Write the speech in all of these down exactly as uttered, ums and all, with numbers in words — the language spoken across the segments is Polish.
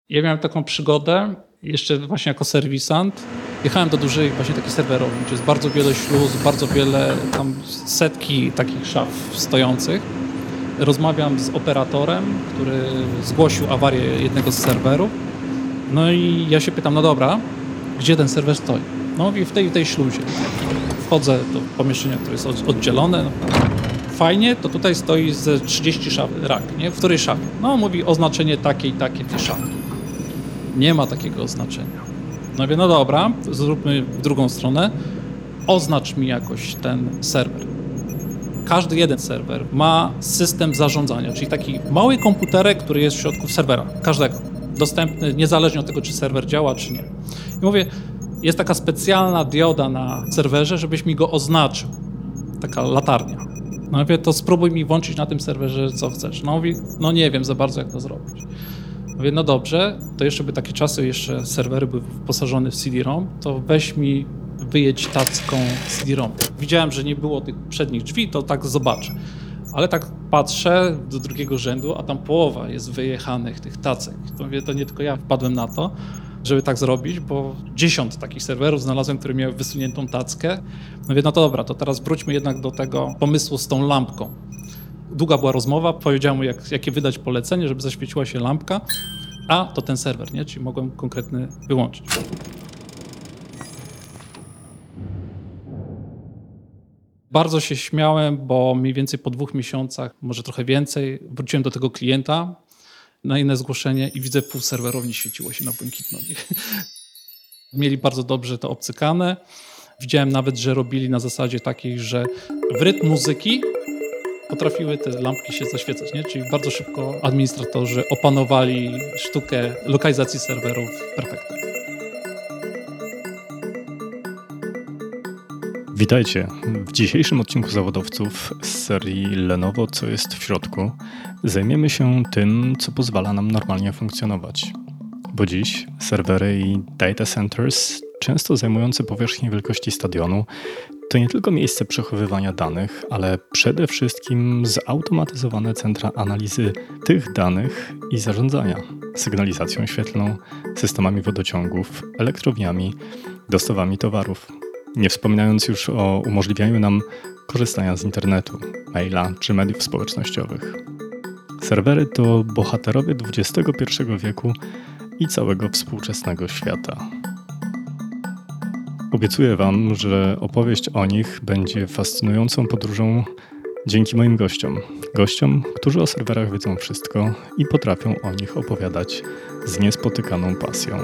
Ja miałem taką przygodę, jeszcze właśnie jako serwisant. Jechałem do dużej właśnie takiej serwerowni, gdzie jest bardzo wiele śluz, bardzo wiele, tam setki takich szaf stojących. Rozmawiam z operatorem, który zgłosił awarię jednego z serwerów. No i ja się pytam, no dobra, gdzie ten serwer stoi? No i w tej, w tej śluzie. Wchodzę do pomieszczenia, które jest oddzielone. No, fajnie, to tutaj stoi ze trzydzieści szaf, rak, nie? W której szafie? No mówi oznaczenie takie i takie tej szafy. Nie ma takiego oznaczenia. No mówię, no dobra, zróbmy w drugą stronę. Oznacz mi jakoś ten serwer. Każdy jeden serwer ma system zarządzania, czyli taki mały komputerek, który jest w środku serwera, każdego, dostępny niezależnie od tego, czy serwer działa, czy nie. I mówię, jest taka specjalna dioda na serwerze, żebyś mi go oznaczył, taka latarnia. No mówię, to spróbuj mi włączyć na tym serwerze, co chcesz. No mówi, no nie wiem za bardzo, jak to zrobić. Mówię, no dobrze, to jeszcze by takie czasy, jeszcze serwery były wyposażone w C D-ROM, to weź mi, wyjedź tacką C D-ROM. Widziałem, że nie było tych przednich drzwi, to tak zobaczę. Ale tak patrzę do drugiego rzędu, a tam połowa jest wyjechanych tych tacek. To mówię, to nie tylko ja wpadłem na to, żeby tak zrobić, bo dziesiąt takich serwerów znalazłem, które miały wysuniętą tackę. Mówię, no to dobra, to teraz wróćmy jednak do tego pomysłu z tą lampką. Długa była rozmowa, powiedziałem mu, jak, jakie wydać polecenie, żeby zaświeciła się lampka, a to ten serwer, nie? Czyli mogłem konkretny wyłączyć. Bardzo się śmiałem, bo mniej więcej po dwóch miesiącach, może trochę więcej, wróciłem do tego klienta na inne zgłoszenie i widzę, pół serwerowni świeciło się na błękitno. Mieli bardzo dobrze to obcykane. Widziałem nawet, że robili na zasadzie takiej, że w rytm muzyki potrafiły te lampki się zaświecać, nie? Czyli bardzo szybko administratorzy opanowali sztukę lokalizacji serwerów perfektem. Witajcie. W dzisiejszym odcinku Zawodowców z serii Lenovo Co jest w środku zajmiemy się tym, co pozwala nam normalnie funkcjonować. Bo dziś serwery i data centers, często zajmujące powierzchnię wielkości stadionu, to nie tylko miejsce przechowywania danych, ale przede wszystkim zautomatyzowane centra analizy tych danych i zarządzania sygnalizacją świetlną, systemami wodociągów, elektrowniami, dostawami towarów. Nie wspominając już o umożliwianiu nam korzystania z internetu, maila czy mediów społecznościowych. Serwery to bohaterowie dwudziestego pierwszego wieku i całego współczesnego świata. Obiecuję Wam, że opowieść o nich będzie fascynującą podróżą dzięki moim gościom. Gościom, którzy o serwerach wiedzą wszystko i potrafią o nich opowiadać z niespotykaną pasją.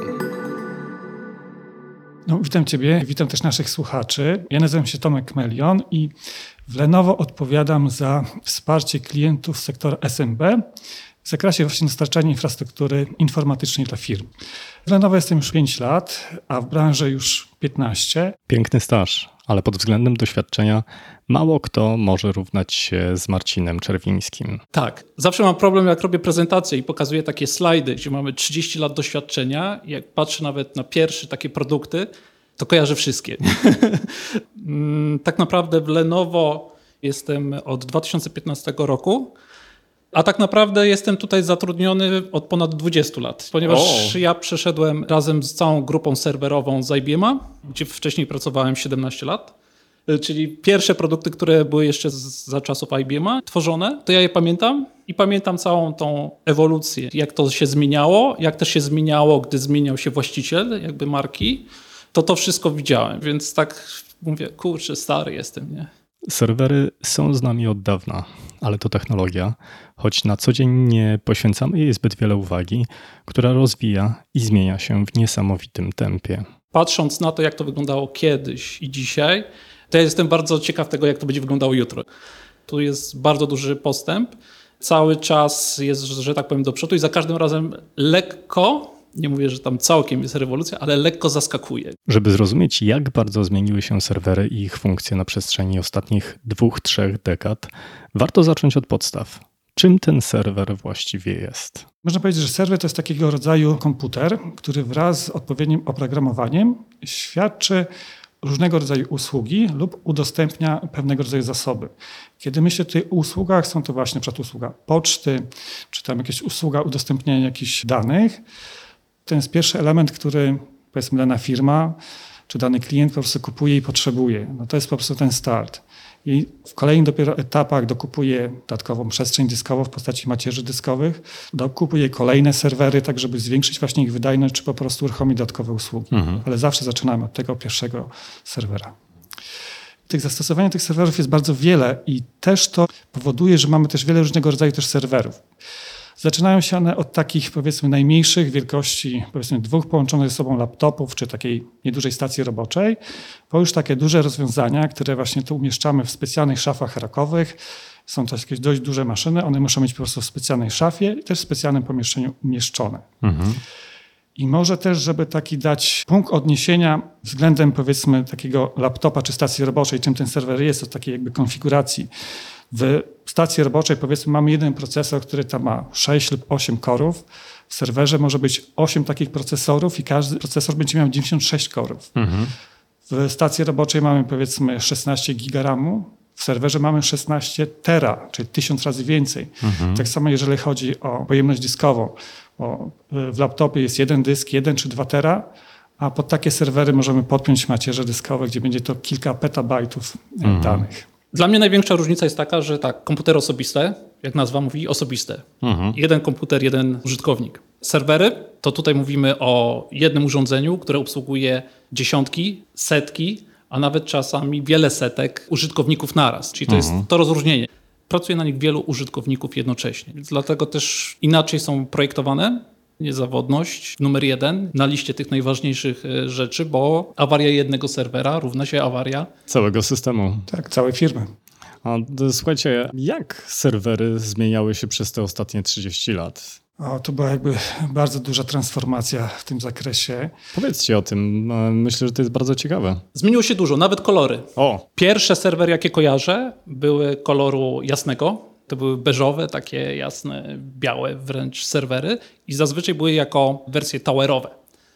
No, witam Ciebie, witam też naszych słuchaczy. Ja nazywam się Tomek Melion i w Lenovo odpowiadam za wsparcie klientów sektora S M B w zakresie właśnie dostarczania infrastruktury informatycznej dla firm. W Lenovo jestem już pięć lat, a w branży już piętnaście. Piękny staż, ale pod względem doświadczenia mało kto może równać się z Marcinem Czerwińskim. Tak, zawsze mam problem, jak robię prezentację i pokazuję takie slajdy, gdzie mamy trzydzieści lat doświadczenia. Jak patrzę nawet na pierwsze takie produkty, to kojarzę wszystkie. Tak naprawdę w Lenovo jestem od dwa tysiące piętnastego roku. A tak naprawdę jestem tutaj zatrudniony od ponad dwudziestu lat, ponieważ o. ja przeszedłem razem z całą grupą serwerową z I B M a, gdzie wcześniej pracowałem siedemnaście lat. Czyli pierwsze produkty, które były jeszcze za czasów I B M a tworzone, to ja je pamiętam i pamiętam całą tą ewolucję, jak to się zmieniało, jak też się zmieniało, gdy zmieniał się właściciel jakby marki, to to wszystko widziałem, więc tak mówię, kurczę, stary jestem, nie? Serwery są z nami od dawna, ale to technologia, choć na co dzień nie poświęcamy jej zbyt wiele uwagi, która rozwija i zmienia się w niesamowitym tempie. Patrząc na to, jak to wyglądało kiedyś i dzisiaj, to ja jestem bardzo ciekaw tego, jak to będzie wyglądało jutro. Tu jest bardzo duży postęp, cały czas jest, że tak powiem, do przodu i za każdym razem lekko, nie mówię, że tam całkiem jest rewolucja, ale lekko zaskakuje. Żeby zrozumieć, jak bardzo zmieniły się serwery i ich funkcje na przestrzeni ostatnich dwóch, trzech dekad, warto zacząć od podstaw. Czym ten serwer właściwie jest? Można powiedzieć, że serwer to jest takiego rodzaju komputer, który wraz z odpowiednim oprogramowaniem świadczy różnego rodzaju usługi lub udostępnia pewnego rodzaju zasoby. Kiedy myślę tutaj o usługach, są to właśnie na przykład usługa poczty, czy tam jakaś usługa udostępniania jakichś danych. To jest pierwszy element, który powiedzmy dana firma czy dany klient po prostu kupuje i potrzebuje. No to jest po prostu ten start. I w kolejnych dopiero etapach dokupuje dodatkową przestrzeń dyskową w postaci macierzy dyskowych, dokupuje kolejne serwery, tak żeby zwiększyć właśnie ich wydajność, czy po prostu uruchomić dodatkowe usługi. Mhm. Ale zawsze zaczynamy od tego pierwszego serwera. Tych zastosowań tych serwerów jest bardzo wiele i też to powoduje, że mamy też wiele różnego rodzaju też serwerów. Zaczynają się one od takich powiedzmy najmniejszych wielkości, powiedzmy dwóch połączonych ze sobą laptopów, czy takiej niedużej stacji roboczej, po już takie duże rozwiązania, które właśnie tu umieszczamy w specjalnych szafach rakowych. Są to jakieś dość duże maszyny, one muszą być po prostu w specjalnej szafie i też w specjalnym pomieszczeniu umieszczone. Mhm. I może też, żeby taki dać punkt odniesienia względem powiedzmy takiego laptopa czy stacji roboczej, czym ten serwer jest, od takiej jakby konfiguracji. W stacji roboczej powiedzmy mamy jeden procesor, który tam ma sześć lub osiem korów. W serwerze może być osiem takich procesorów i każdy procesor będzie miał dziewięćdziesiąt sześć korów. Mhm. W stacji roboczej mamy powiedzmy szesnaście giga ramu. W serwerze mamy szesnaście tera, czyli tysiąc razy więcej. Mhm. Tak samo jeżeli chodzi o pojemność dyskową. Bo w laptopie jest jeden dysk, jeden czy dwa tera, a pod takie serwery możemy podpiąć macierze dyskowe, gdzie będzie to kilka petabajtów mhm. danych. Dla mnie największa różnica jest taka, że tak, komputery osobiste, jak nazwa mówi, osobiste. Mhm. Jeden komputer, jeden użytkownik. Serwery, to tutaj mówimy o jednym urządzeniu, które obsługuje dziesiątki, setki, a nawet czasami wiele setek użytkowników naraz. Czyli to mhm. jest to rozróżnienie. Pracuje na nich wielu użytkowników jednocześnie. Więc dlatego też inaczej są projektowane. Niezawodność numer jeden na liście tych najważniejszych rzeczy, bo awaria jednego serwera równa się awaria całego systemu. Tak, całej firmy. A słuchajcie, jak serwery zmieniały się przez te ostatnie trzydzieści lat? O, to była jakby bardzo duża transformacja w tym zakresie. Powiedzcie o tym. Myślę, że to jest bardzo ciekawe. Zmieniło się dużo, nawet kolory. O. Pierwsze serwery, jakie kojarzę, były koloru jasnego. To były beżowe, takie jasne, białe wręcz serwery i zazwyczaj były jako wersje towerowe.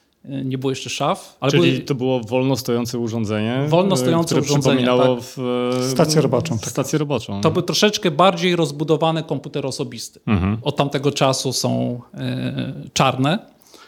Nie było jeszcze szaf. Ale Czyli były... to było wolno stojące urządzenie, wolno stojące które urządzenie, przypominało tak. w... stację roboczą. Tak. Stację roboczą. To był troszeczkę bardziej rozbudowany komputer osobisty. Mhm. Od tamtego czasu są e, czarne.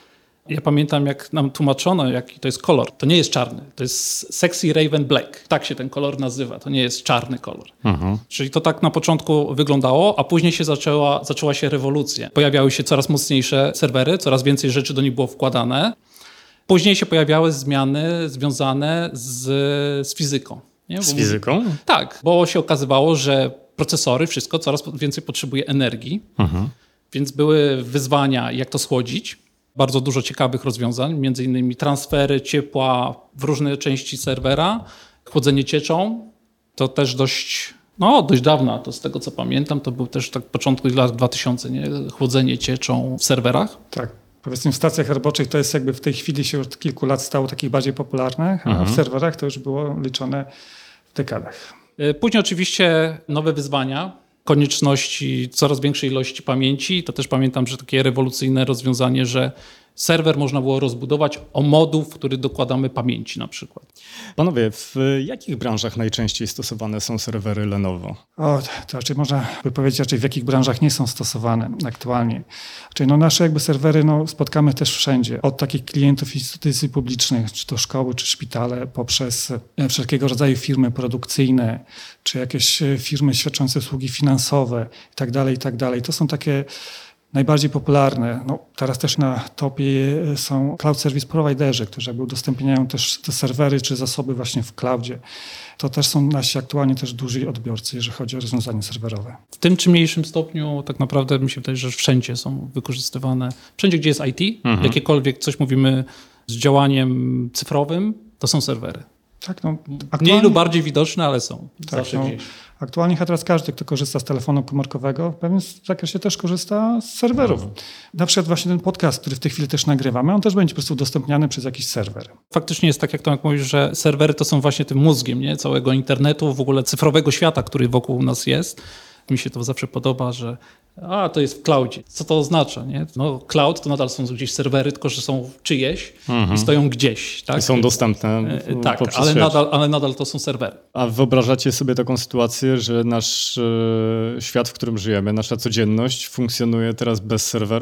Ja pamiętam, jak nam tłumaczono, jaki to jest kolor. To nie jest czarny, to jest Sexy Raven Black. Tak się ten kolor nazywa, to nie jest czarny kolor. Mhm. Czyli to tak na początku wyglądało, a później się zaczęła, zaczęła się rewolucja. Pojawiały się coraz mocniejsze serwery, coraz więcej rzeczy do nich było wkładane. Później się pojawiały zmiany związane z, z fizyką. Nie? Z fizyką? Tak, bo się okazywało, że procesory, wszystko coraz więcej potrzebuje energii, mhm. więc były wyzwania, jak to schłodzić. Bardzo dużo ciekawych rozwiązań, między innymi transfery ciepła w różne części serwera, chłodzenie cieczą, to też dość, no dość dawno, to z tego co pamiętam, to był też tak początku lat dwutysięcznych, nie? Chłodzenie cieczą w serwerach. Tak, powiedzmy w stacjach roboczych to jest jakby w tej chwili się od kilku lat stało takich bardziej popularnych, a mhm. w serwerach to już było liczone w dekadach. Później oczywiście nowe wyzwania, konieczności coraz większej ilości pamięci. To też pamiętam, że takie rewolucyjne rozwiązanie, że serwer można było rozbudować o moduł, w który dokładamy pamięci na przykład. Panowie, w jakich branżach najczęściej stosowane są serwery Lenovo? O, to raczej można by powiedzieć, raczej w jakich branżach nie są stosowane aktualnie. Czyli no nasze jakby serwery no, spotkamy też wszędzie. Od takich klientów instytucji publicznych, czy to szkoły, czy szpitale, poprzez wszelkiego rodzaju firmy produkcyjne, czy jakieś firmy świadczące usługi finansowe i tak dalej, i tak dalej. To są takie najbardziej popularne. No, teraz też na topie są cloud service providerzy, którzy jakby udostępniają też te serwery czy zasoby właśnie w cloudzie. To też są nasi aktualnie też duzi odbiorcy, jeżeli chodzi o rozwiązania serwerowe. W tym czy mniejszym stopniu tak naprawdę mi się wydaje, że wszędzie są wykorzystywane. Wszędzie, gdzie jest I T, mhm. jakiekolwiek coś mówimy z działaniem cyfrowym, to są serwery. Tak, no, mniej lub bardziej widoczne, ale są. Tak, zawsze no, gdzieś. Aktualnie teraz każdy, kto korzysta z telefonu komórkowego, w pewnym zakresie też korzysta z serwerów. Mhm. Na przykład właśnie ten podcast, który w tej chwili też nagrywamy, on też będzie po prostu udostępniany przez jakiś serwer. Faktycznie jest tak, jak Tomek mówisz, że serwery to są właśnie tym mózgiem, nie? Całego internetu, w ogóle cyfrowego świata, który wokół nas jest. Mi się to zawsze podoba, że a, to jest w cloudzie. Co to oznacza? Nie? No, cloud to nadal są gdzieś serwery, tylko że są czyjeś mhm. i stoją gdzieś. Tak? I są dostępne w, Tak, ale nadal, ale nadal to są serwery. A wyobrażacie sobie taką sytuację, że nasz e, świat, w którym żyjemy, nasza codzienność funkcjonuje teraz bez serwerów?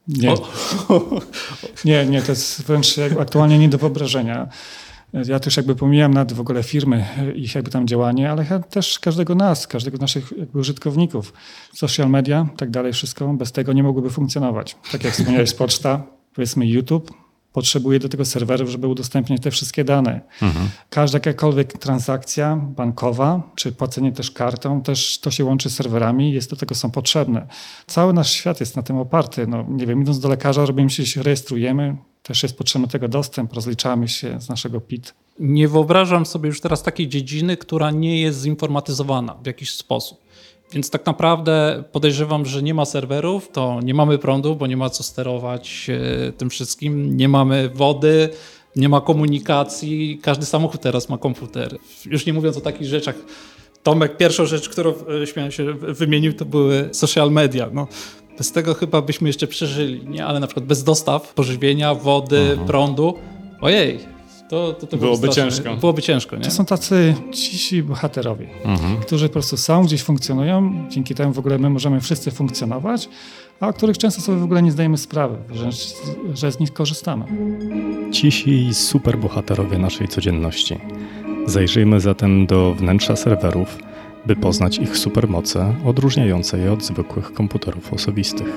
Nie. nie, nie, to jest wręcz aktualnie nie do wyobrażenia. Ja też jakby pomijam nad w ogóle firmy, ich jakby tam działanie, ale też każdego nas, każdego naszych jakby użytkowników. Social media, tak dalej, wszystko, bez tego nie mogłyby funkcjonować. Tak jak wspomniałeś, poczta, powiedzmy YouTube, potrzebuje do tego serwerów, żeby udostępniać te wszystkie dane. Mhm. Każda jakakolwiek transakcja bankowa, czy płacenie też kartą, też to się łączy z serwerami, jest do tego są potrzebne. Cały nasz świat jest na tym oparty. No, nie wiem, idąc do lekarza, robimy się, się rejestrujemy, też jest potrzebny do tego dostęp, rozliczamy się z naszego P I T. Nie wyobrażam sobie już teraz takiej dziedziny, która nie jest zinformatyzowana w jakiś sposób. Więc tak naprawdę podejrzewam, że nie ma serwerów, to nie mamy prądu, bo nie ma co sterować tym wszystkim, nie mamy wody, nie ma komunikacji, każdy samochód teraz ma komputer. Już nie mówiąc o takich rzeczach. Tomek, pierwszą rzecz, którą śmiałem się wymienił, to były social media. No, bez tego chyba byśmy jeszcze przeżyli, nie? Ale na przykład bez dostaw pożywienia, wody, mhm. prądu, ojej. To, to, to byłoby ciężko. Byłoby ciężko, nie? To są tacy cisi bohaterowie, mhm. którzy po prostu są, gdzieś funkcjonują, dzięki temu w ogóle my możemy wszyscy funkcjonować, a o których często sobie w ogóle nie zdajemy sprawy, że, że z nich korzystamy. Cisi superbohaterowie naszej codzienności. Zajrzyjmy zatem do wnętrza serwerów, by poznać ich supermoce odróżniające je od zwykłych komputerów osobistych.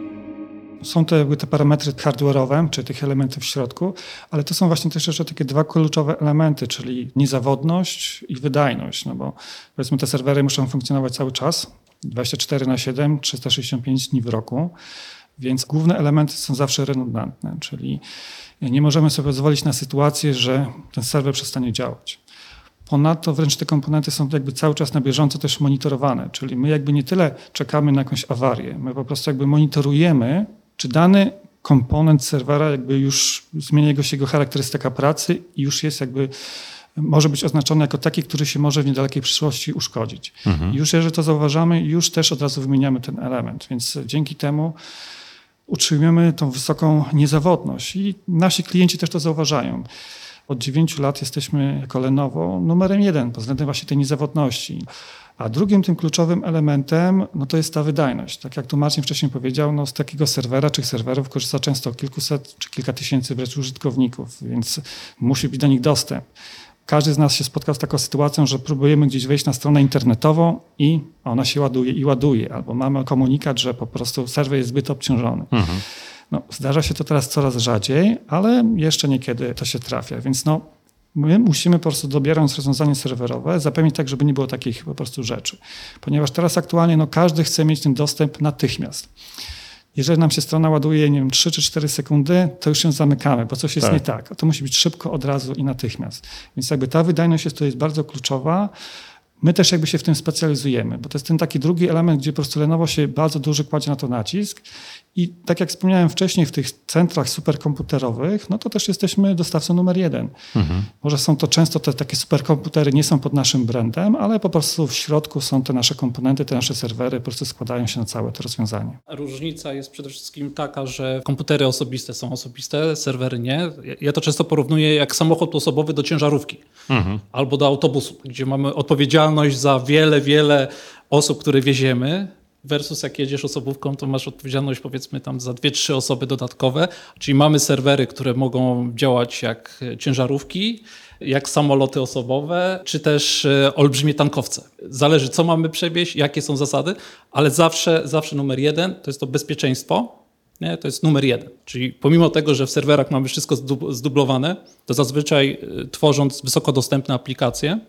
Są to jakby te parametry hardware'owe, czy tych elementów w środku, ale to są właśnie też jeszcze takie dwa kluczowe elementy, czyli niezawodność i wydajność, no bo powiedzmy te serwery muszą funkcjonować cały czas, dwadzieścia cztery na siedem, trzysta sześćdziesiąt pięć dni w roku, więc główne elementy są zawsze redundantne, czyli nie możemy sobie pozwolić na sytuację, że ten serwer przestanie działać. Ponadto wręcz te komponenty są jakby cały czas na bieżąco też monitorowane, czyli my jakby nie tyle czekamy na jakąś awarię, my po prostu jakby monitorujemy, czy dany komponent serwera jakby już zmienia jego się jego charakterystyka pracy i już jest jakby, może być oznaczony jako taki, który się może w niedalekiej przyszłości uszkodzić. Mhm. Już jeżeli to zauważamy, już też od razu wymieniamy ten element, więc dzięki temu utrzymujemy tą wysoką niezawodność i nasi klienci też to zauważają. Od dziewięciu lat jesteśmy jako Lenovo numerem jeden pod względem właśnie tej niezawodności. A drugim tym kluczowym elementem no to jest ta wydajność. Tak jak tu Marcin wcześniej powiedział, no z takiego serwera czy serwerów korzysta często kilkuset czy kilka tysięcy wręcz użytkowników, więc musi być do nich dostęp. Każdy z nas się spotkał z taką sytuacją, że próbujemy gdzieś wejść na stronę internetową i ona się ładuje i ładuje, albo mamy komunikat, że po prostu serwer jest zbyt obciążony. Mhm. No, zdarza się to teraz coraz rzadziej, ale jeszcze niekiedy to się trafia, więc no my musimy po prostu, dobierając rozwiązanie serwerowe, zapewnić tak, żeby nie było takich po prostu rzeczy. Ponieważ teraz aktualnie no, każdy chce mieć ten dostęp natychmiast. Jeżeli nam się strona ładuje, nie wiem, trzy czy cztery sekundy, to już ją zamykamy, bo coś jest tak. nie tak. To musi być szybko, od razu i natychmiast. Więc jakby ta wydajność jest, to jest bardzo kluczowa. My też jakby się w tym specjalizujemy, bo to jest ten taki drugi element, gdzie po prostu Lenovo się bardzo duży kładzie na to nacisk. I tak jak wspomniałem wcześniej, w tych centrach superkomputerowych, no to też jesteśmy dostawcą numer jeden. Mhm. Może są to często te takie superkomputery, nie są pod naszym brandem, ale po prostu w środku są te nasze komponenty, te nasze serwery, po prostu składają się na całe to rozwiązanie. Różnica jest przede wszystkim taka, że komputery osobiste są osobiste, serwery nie. Ja to często porównuję jak samochód osobowy do ciężarówki mhm. albo do autobusu, gdzie mamy odpowiedzialność za wiele, wiele osób, które wieziemy. Versus jak jedziesz osobówką, to masz odpowiedzialność powiedzmy tam za dwie, trzy osoby dodatkowe. Czyli mamy serwery, które mogą działać jak ciężarówki, jak samoloty osobowe, czy też olbrzymie tankowce. Zależy, co mamy przewieźć, jakie są zasady, ale zawsze, zawsze numer jeden to jest to bezpieczeństwo. Nie? To jest numer jeden. Czyli pomimo tego, że w serwerach mamy wszystko zdublowane, to zazwyczaj tworząc wysoko dostępne aplikacje,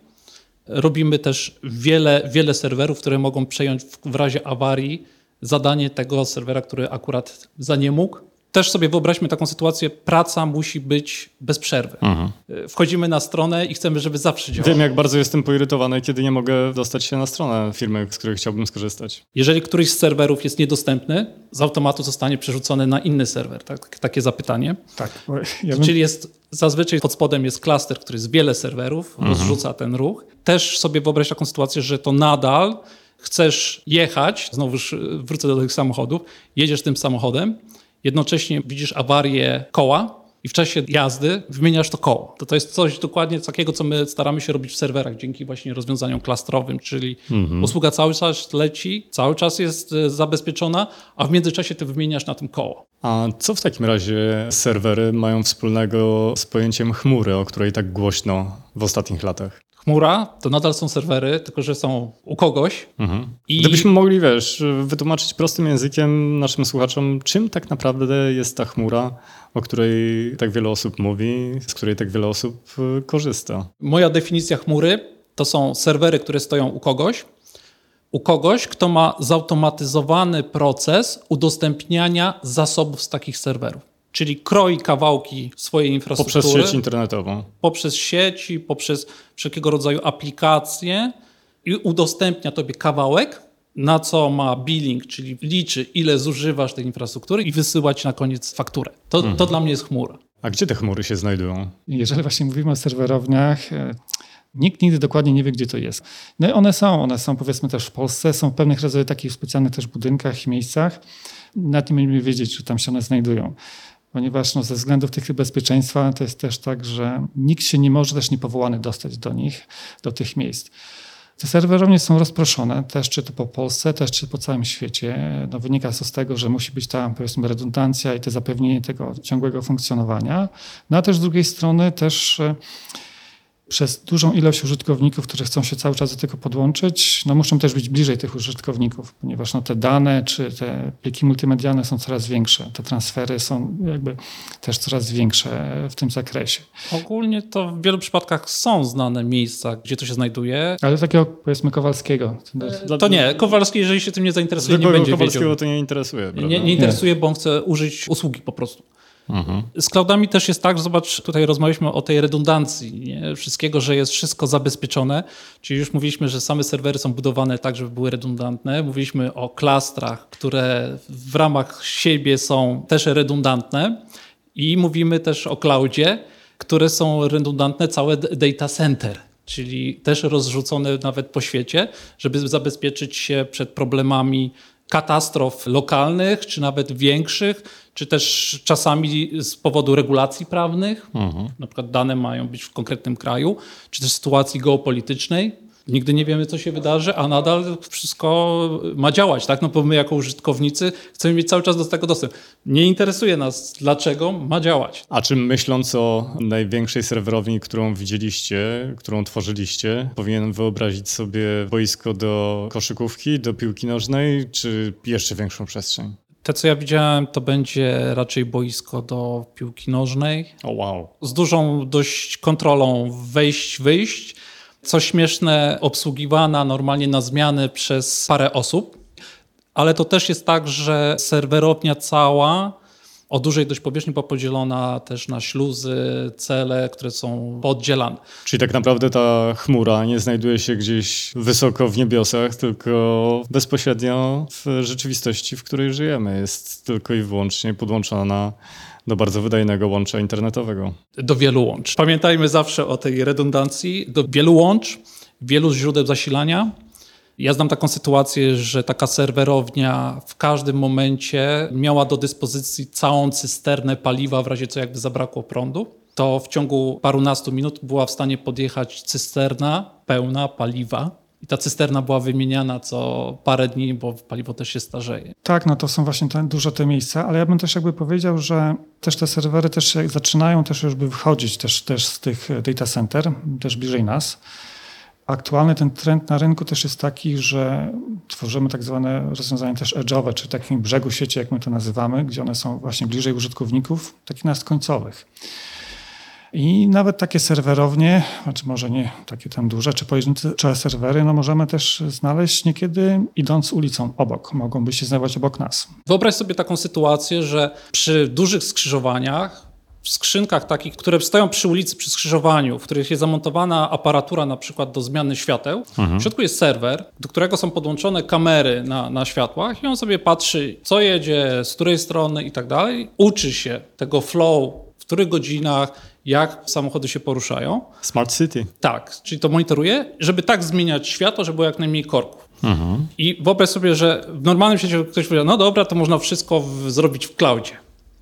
robimy też wiele, wiele serwerów, które mogą przejąć w, w razie awarii zadanie tego serwera, który akurat za nie mógł. Też sobie wyobraźmy taką sytuację, praca musi być bez przerwy. Mhm. Wchodzimy na stronę i chcemy, żeby zawsze działała. Wiem, jak bardzo jestem poirytowany, kiedy nie mogę dostać się na stronę firmy, z której chciałbym skorzystać. Jeżeli któryś z serwerów jest niedostępny, z automatu zostanie przerzucony na inny serwer. Tak? Takie zapytanie. Tak. Ja bym... Czyli jest, zazwyczaj pod spodem jest klaster, który jest wiele serwerów, mhm. rozrzuca ten ruch. Też sobie wyobraź taką sytuację, że to nadal chcesz jechać, znowuż wrócę do tych samochodów, jedziesz tym samochodem, jednocześnie widzisz awarię koła i w czasie jazdy wymieniasz to koło. To, to jest coś dokładnie takiego, co my staramy się robić w serwerach dzięki właśnie rozwiązaniom klastrowym, czyli mhm. usługa cały czas leci, cały czas jest zabezpieczona, a w międzyczasie ty wymieniasz na tym koło. A co w takim razie serwery mają wspólnego z pojęciem chmury, o której tak głośno w ostatnich latach? Chmura to nadal są serwery, tylko że są u kogoś. Mhm. I... Gdybyśmy mogli, wiesz, wytłumaczyć prostym językiem naszym słuchaczom, czym tak naprawdę jest ta chmura, o której tak wiele osób mówi, z której tak wiele osób korzysta. Moja definicja chmury to są serwery, które stoją u kogoś, u kogoś, kto ma zautomatyzowany proces udostępniania zasobów z takich serwerów. Czyli kroi kawałki swojej infrastruktury. Poprzez sieć internetową. Poprzez sieci, poprzez wszelkiego rodzaju aplikacje i udostępnia tobie kawałek, na co ma billing, czyli liczy, ile zużywasz tej infrastruktury i wysyła ci na koniec fakturę. To, mhm. to dla mnie jest chmura. A gdzie te chmury się znajdują? Jeżeli właśnie mówimy o serwerowniach, nikt nigdy dokładnie nie wie, gdzie to jest. No i one są, one są powiedzmy też w Polsce, są w pewnych rodzajach takich specjalnych też budynkach i miejscach. Nawet nie będziemy wiedzieć, czy tam się one znajdują. Ponieważ no, ze względów tych bezpieczeństwa to jest też tak, że nikt się nie może też niepowołany dostać do nich, do tych miejsc. Te serwerownie są rozproszone, też czy to po Polsce, też czy po całym świecie. No, wynika to z tego, że musi być ta powiedzmy redundancja i to zapewnienie tego ciągłego funkcjonowania. No a też z drugiej strony też przez dużą ilość użytkowników, którzy chcą się cały czas do tego podłączyć, no muszą też być bliżej tych użytkowników, ponieważ no te dane czy te pliki multimedialne są coraz większe. Te transfery są jakby też coraz większe w tym zakresie. Ogólnie to w wielu przypadkach są znane miejsca, gdzie to się znajduje. Ale takiego powiedzmy Kowalskiego. To, to nie. Kowalski, jeżeli się tym nie zainteresuje, Zwykłego nie będzie Kowalskiego wiedział. to nie interesuje. Nie, nie interesuje, bo on chce użyć usługi po prostu. Mhm. Z cloudami też jest tak, że zobacz, tutaj rozmawialiśmy o tej redundancji, nie? Wszystkiego, że jest wszystko zabezpieczone, czyli już mówiliśmy, że same serwery są budowane tak, żeby były redundantne. Mówiliśmy o klastrach, które w ramach siebie są też redundantne i mówimy też o cloudzie, które są redundantne, całe data center, czyli też rozrzucone nawet po świecie, żeby zabezpieczyć się przed problemami katastrof lokalnych, czy nawet większych, czy też czasami z powodu regulacji prawnych, mhm. na przykład dane mają być w konkretnym kraju, czy też sytuacji geopolitycznej. Nigdy nie wiemy, co się wydarzy, a nadal wszystko ma działać, tak? No bo my jako użytkownicy chcemy mieć cały czas do tego dostęp. Nie interesuje nas, dlaczego ma działać. A czy myśląc o największej serwerowni, którą widzieliście, którą tworzyliście, powinien wyobrazić sobie boisko do koszykówki, do piłki nożnej, czy jeszcze większą przestrzeń? Te, co ja widziałem, to będzie raczej boisko do piłki nożnej. O wow. Z dużą dość kontrolą wejść, wyjść. Co śmieszne, obsługiwana normalnie na zmiany przez parę osób, ale to też jest tak, że serwerownia cała o dużej dość powierzchni była podzielona też na śluzy, cele, które są pooddzielane. Czyli tak naprawdę ta chmura nie znajduje się gdzieś wysoko w niebiosach, tylko bezpośrednio w rzeczywistości, w której żyjemy. Jest tylko i wyłącznie podłączona do bardzo wydajnego łącza internetowego. Do wielu łącz. Pamiętajmy zawsze o tej redundancji. Do wielu łącz, wielu źródeł zasilania. Ja znam taką sytuację, że taka serwerownia w każdym momencie miała do dyspozycji całą cysternę paliwa w razie co jakby zabrakło prądu. To w ciągu parunastu minut była w stanie podjechać cysterna pełna paliwa. I ta cysterna była wymieniana co parę dni, bo paliwo też się starzeje. Tak, no to są właśnie te, duże te miejsca, ale ja bym też jakby powiedział, że też te serwery też zaczynają też już by wychodzić też, też z tych data center, też bliżej nas. Aktualny ten trend na rynku też jest taki, że tworzymy tak zwane rozwiązania też edge'owe, czy takim brzegu sieci, jak my to nazywamy, gdzie one są właśnie bliżej użytkowników, takich nas końcowych. I nawet takie serwerownie, znaczy może nie takie tam duże, czy pojedyncze serwery, no możemy też znaleźć niekiedy idąc ulicą obok. Mogą być się znajdować obok nas. Wyobraź sobie taką sytuację, że przy dużych skrzyżowaniach, w skrzynkach takich, które stoją przy ulicy, przy skrzyżowaniu, w których jest zamontowana aparatura na przykład do zmiany świateł, mhm. w środku jest serwer, do którego są podłączone kamery na, na światłach i on sobie patrzy, co jedzie, z której strony i tak dalej. Uczy się tego flow, w których godzinach, jak samochody się poruszają. Smart City. Tak, czyli to monitoruje, żeby tak zmieniać światło, żeby było jak najmniej korków. Mhm. I wyobraź sobie, że w normalnym świecie ktoś powiedział, no dobra, to można wszystko w, zrobić w cloudzie.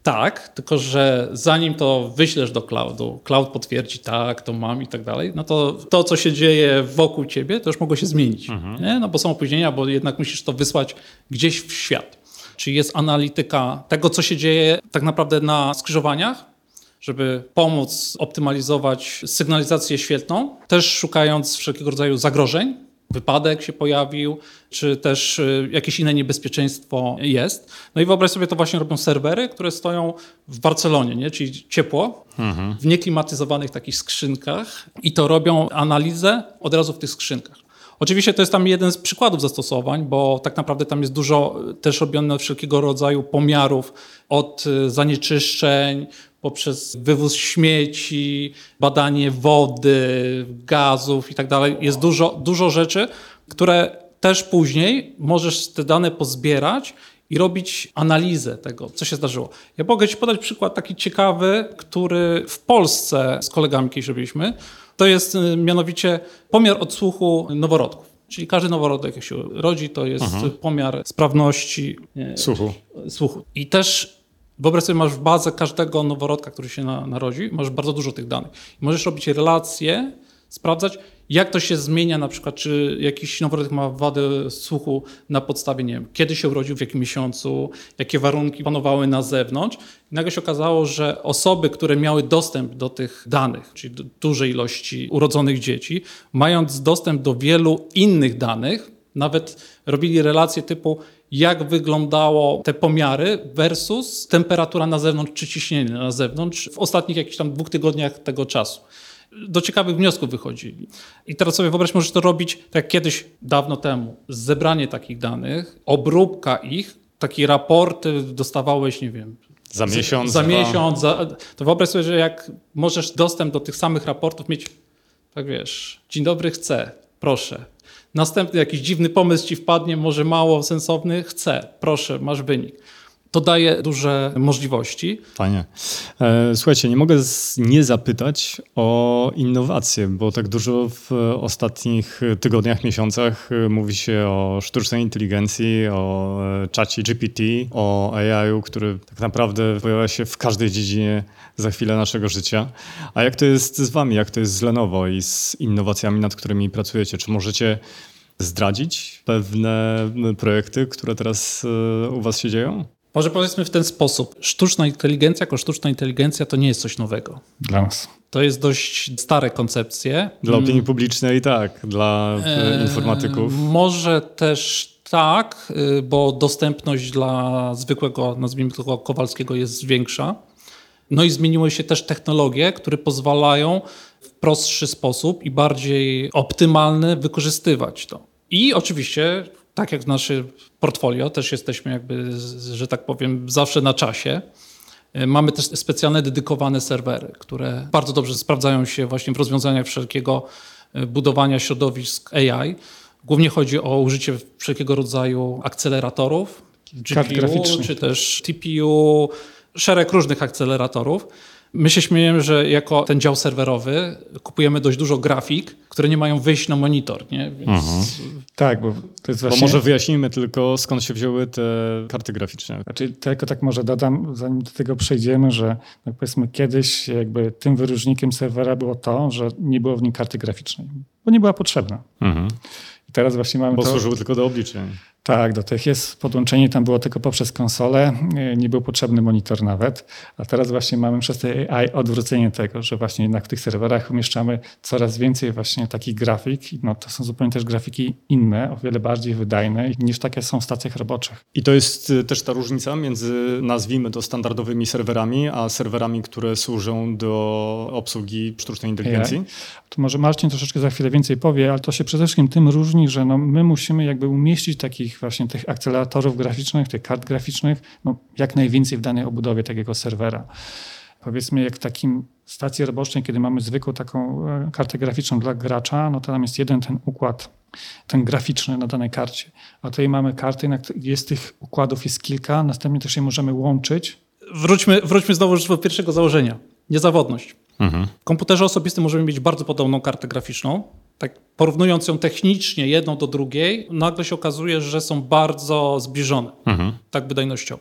Tak, tylko że zanim to wyślesz do cloudu, cloud potwierdzi, tak, to mam i tak dalej, no to to, co się dzieje wokół ciebie, to już mogło się zmienić. Mhm. Nie? No bo są opóźnienia, bo jednak musisz to wysłać gdzieś w świat. Czyli jest analityka tego, co się dzieje tak naprawdę na skrzyżowaniach, żeby pomóc optymalizować sygnalizację świetlną, też szukając wszelkiego rodzaju zagrożeń. Wypadek się pojawił, czy też jakieś inne niebezpieczeństwo jest. No i wyobraź sobie, to właśnie robią serwery, które stoją w Barcelonie, nie? Czyli ciepło, mhm. w nieklimatyzowanych takich skrzynkach i to robią analizę od razu w tych skrzynkach. Oczywiście to jest tam jeden z przykładów zastosowań, bo tak naprawdę tam jest dużo też robione wszelkiego rodzaju pomiarów od zanieczyszczeń, poprzez wywóz śmieci, badanie wody, gazów i tak dalej. Jest dużo, dużo rzeczy, które też później możesz te dane pozbierać i robić analizę tego, co się zdarzyło. Ja mogę ci podać przykład taki ciekawy, który w Polsce z kolegami kiedyś robiliśmy. To jest mianowicie pomiar odsłuchu noworodków. Czyli każdy noworodek, jak się rodzi, to jest mhm. pomiar sprawności nie, słuchu. słuchu. I też wyobraź sobie, masz bazę każdego noworodka, który się na, narodzi, masz bardzo dużo tych danych. I możesz robić relacje, sprawdzać, jak to się zmienia, na przykład, czy jakiś noworodek ma wadę słuchu na podstawie, nie wiem, kiedy się urodził, w jakim miesiącu, jakie warunki panowały na zewnątrz. I nagle się okazało, że osoby, które miały dostęp do tych danych, czyli do dużej ilości urodzonych dzieci, mając dostęp do wielu innych danych, nawet robili relacje typu, jak wyglądało te pomiary versus temperatura na zewnątrz czy ciśnienie na zewnątrz w ostatnich jakichś tam dwóch tygodniach tego czasu. Do ciekawych wniosków wychodzili. I teraz sobie wyobraź, możesz to robić tak jak kiedyś, dawno temu. Zebranie takich danych, obróbka ich, takie raporty dostawałeś, nie wiem, za miesiąc. Za miesiąc. Za, to wyobraź sobie, że jak możesz dostęp do tych samych raportów mieć, tak wiesz, dzień dobry, chcę, proszę. Następny jakiś dziwny pomysł ci wpadnie, może mało sensowny, chcę, proszę, masz wynik. To daje duże możliwości. Fajnie. Słuchajcie, nie mogę nie zapytać o innowacje, bo tak dużo w ostatnich tygodniach, miesiącach mówi się o sztucznej inteligencji, o czacie G P T, o A I-u, który tak naprawdę pojawia się w każdej dziedzinie za chwilę naszego życia. A jak to jest z wami, jak to jest z Lenovo i z innowacjami, nad którymi pracujecie? Czy możecie zdradzić pewne projekty, które teraz u was się dzieją? Może powiedzmy w ten sposób. Sztuczna inteligencja jako sztuczna inteligencja to nie jest coś nowego. Dla nas. To jest dość stare koncepcje. Dla opinii publicznej tak, dla e, informatyków. Może też tak, bo dostępność dla zwykłego, nazwijmy to Kowalskiego, jest większa. No i zmieniły się też technologie, które pozwalają w prostszy sposób i bardziej optymalny wykorzystywać to. I oczywiście, tak jak w naszym portfolio, też jesteśmy jakby, że tak powiem, zawsze na czasie. Mamy też specjalne dedykowane serwery, które bardzo dobrze sprawdzają się właśnie w rozwiązaniach wszelkiego budowania środowisk A I. Głównie chodzi o użycie wszelkiego rodzaju akceleratorów, G P U czy też T P U, szereg różnych akceleratorów. My się śmiejemy, że jako ten dział serwerowy kupujemy dość dużo grafik, które nie mają wyjść na monitor. Nie? Więc... Mhm. Tak, bo to jest właśnie... Bo może wyjaśnijmy tylko, skąd się wzięły te karty graficzne. Znaczy, tylko tak może dodam, zanim do tego przejdziemy, że no powiedzmy kiedyś jakby tym wyróżnikiem serwera było to, że nie było w nim karty graficznej, bo nie była potrzebna. Mhm. I teraz właśnie mamy bo to... służyły tylko do obliczeń. Tak, do tych jest podłączenie, tam było tylko poprzez konsolę, nie był potrzebny monitor nawet, a teraz właśnie mamy przez te A I odwrócenie tego, że właśnie jednak w tych serwerach umieszczamy coraz więcej właśnie takich grafik, no to są zupełnie też grafiki inne, o wiele bardziej wydajne niż takie są w stacjach roboczych. I to jest też ta różnica między, nazwijmy to, standardowymi serwerami, a serwerami, które służą do obsługi sztucznej inteligencji? To może Marcin troszeczkę za chwilę więcej powie, ale to się przede wszystkim tym różni, że no my musimy jakby umieścić takich właśnie tych akceleratorów graficznych, tych kart graficznych, no jak najwięcej w danej obudowie takiego serwera. Powiedzmy jak w takim stacji roboczej, kiedy mamy zwykłą taką kartę graficzną dla gracza, no to tam jest jeden ten układ, ten graficzny na danej karcie. A tutaj mamy karty, jest tych układów jest kilka, następnie też je możemy łączyć. Wróćmy, wróćmy znowu do pierwszego założenia. Niezawodność. Mhm. W komputerze osobistym możemy mieć bardzo podobną kartę graficzną. Tak porównując ją technicznie jedną do drugiej, nagle się okazuje, że są bardzo zbliżone, mhm. tak wydajnościowo.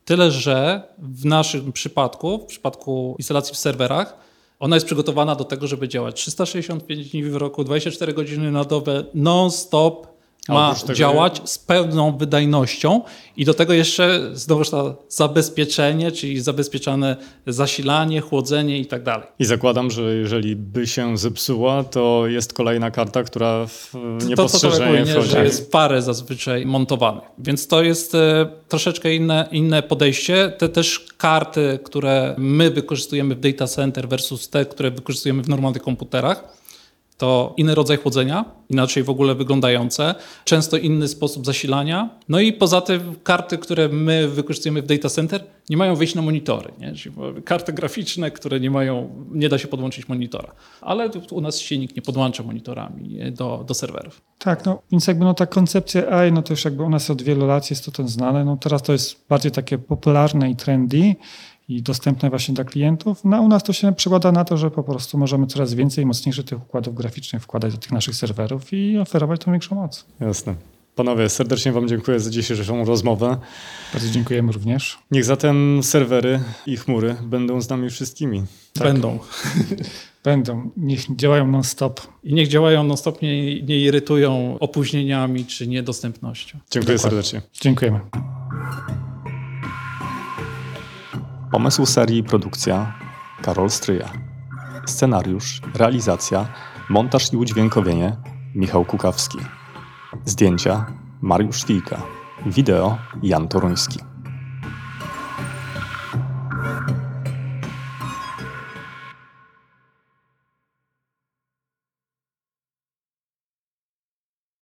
Tyle, że w naszym przypadku, w przypadku instalacji w serwerach, ona jest przygotowana do tego, żeby działać trzysta sześćdziesiąt pięć dni w roku, dwadzieścia cztery godziny na dobę, non-stop ma tego... działać z pełną wydajnością i do tego jeszcze znowuż to zabezpieczenie, czyli zabezpieczane zasilanie, chłodzenie i tak dalej. I zakładam, że jeżeli by się zepsuła, to jest kolejna karta, która w niepostrzeżenie to, wchodzi. że jest parę zazwyczaj montowanych. Więc to jest e, troszeczkę inne, inne podejście. Te też karty, które my wykorzystujemy w data center versus te, które wykorzystujemy w normalnych komputerach, to inny rodzaj chłodzenia, inaczej w ogóle wyglądające, często inny sposób zasilania. No i poza tym karty, które my wykorzystujemy w data center, nie mają wyjść na monitory. Nie? Czyli karty graficzne, które nie mają, nie da się podłączyć monitora. Ale u nas się nikt nie podłącza monitorami do, do serwerów. Tak, no więc jakby no ta koncepcja A I, no to już jakby u nas od wielu lat jest to ten znane. No teraz to jest bardziej takie popularne i trendy i dostępne właśnie dla klientów. No a u nas to się przekłada na to, że po prostu możemy coraz więcej mocniejszych tych układów graficznych wkładać do tych naszych serwerów i oferować tą większą moc. Jasne. Panowie, serdecznie wam dziękuję za dzisiejszą rozmowę. Bardzo dziękujemy również. Niech zatem serwery i chmury będą z nami wszystkimi. Tak. Będą. Będą. Niech działają non-stop. I niech działają non-stop, nie, nie irytują opóźnieniami czy niedostępnością. Dziękuję Dokładnie. serdecznie. Dziękujemy. Pomysł serii i produkcja Karol Stryja. Scenariusz, realizacja, montaż i udźwiękowienie Michał Kukawski. Zdjęcia Mariusz Wilka. Wideo Jan Toruński.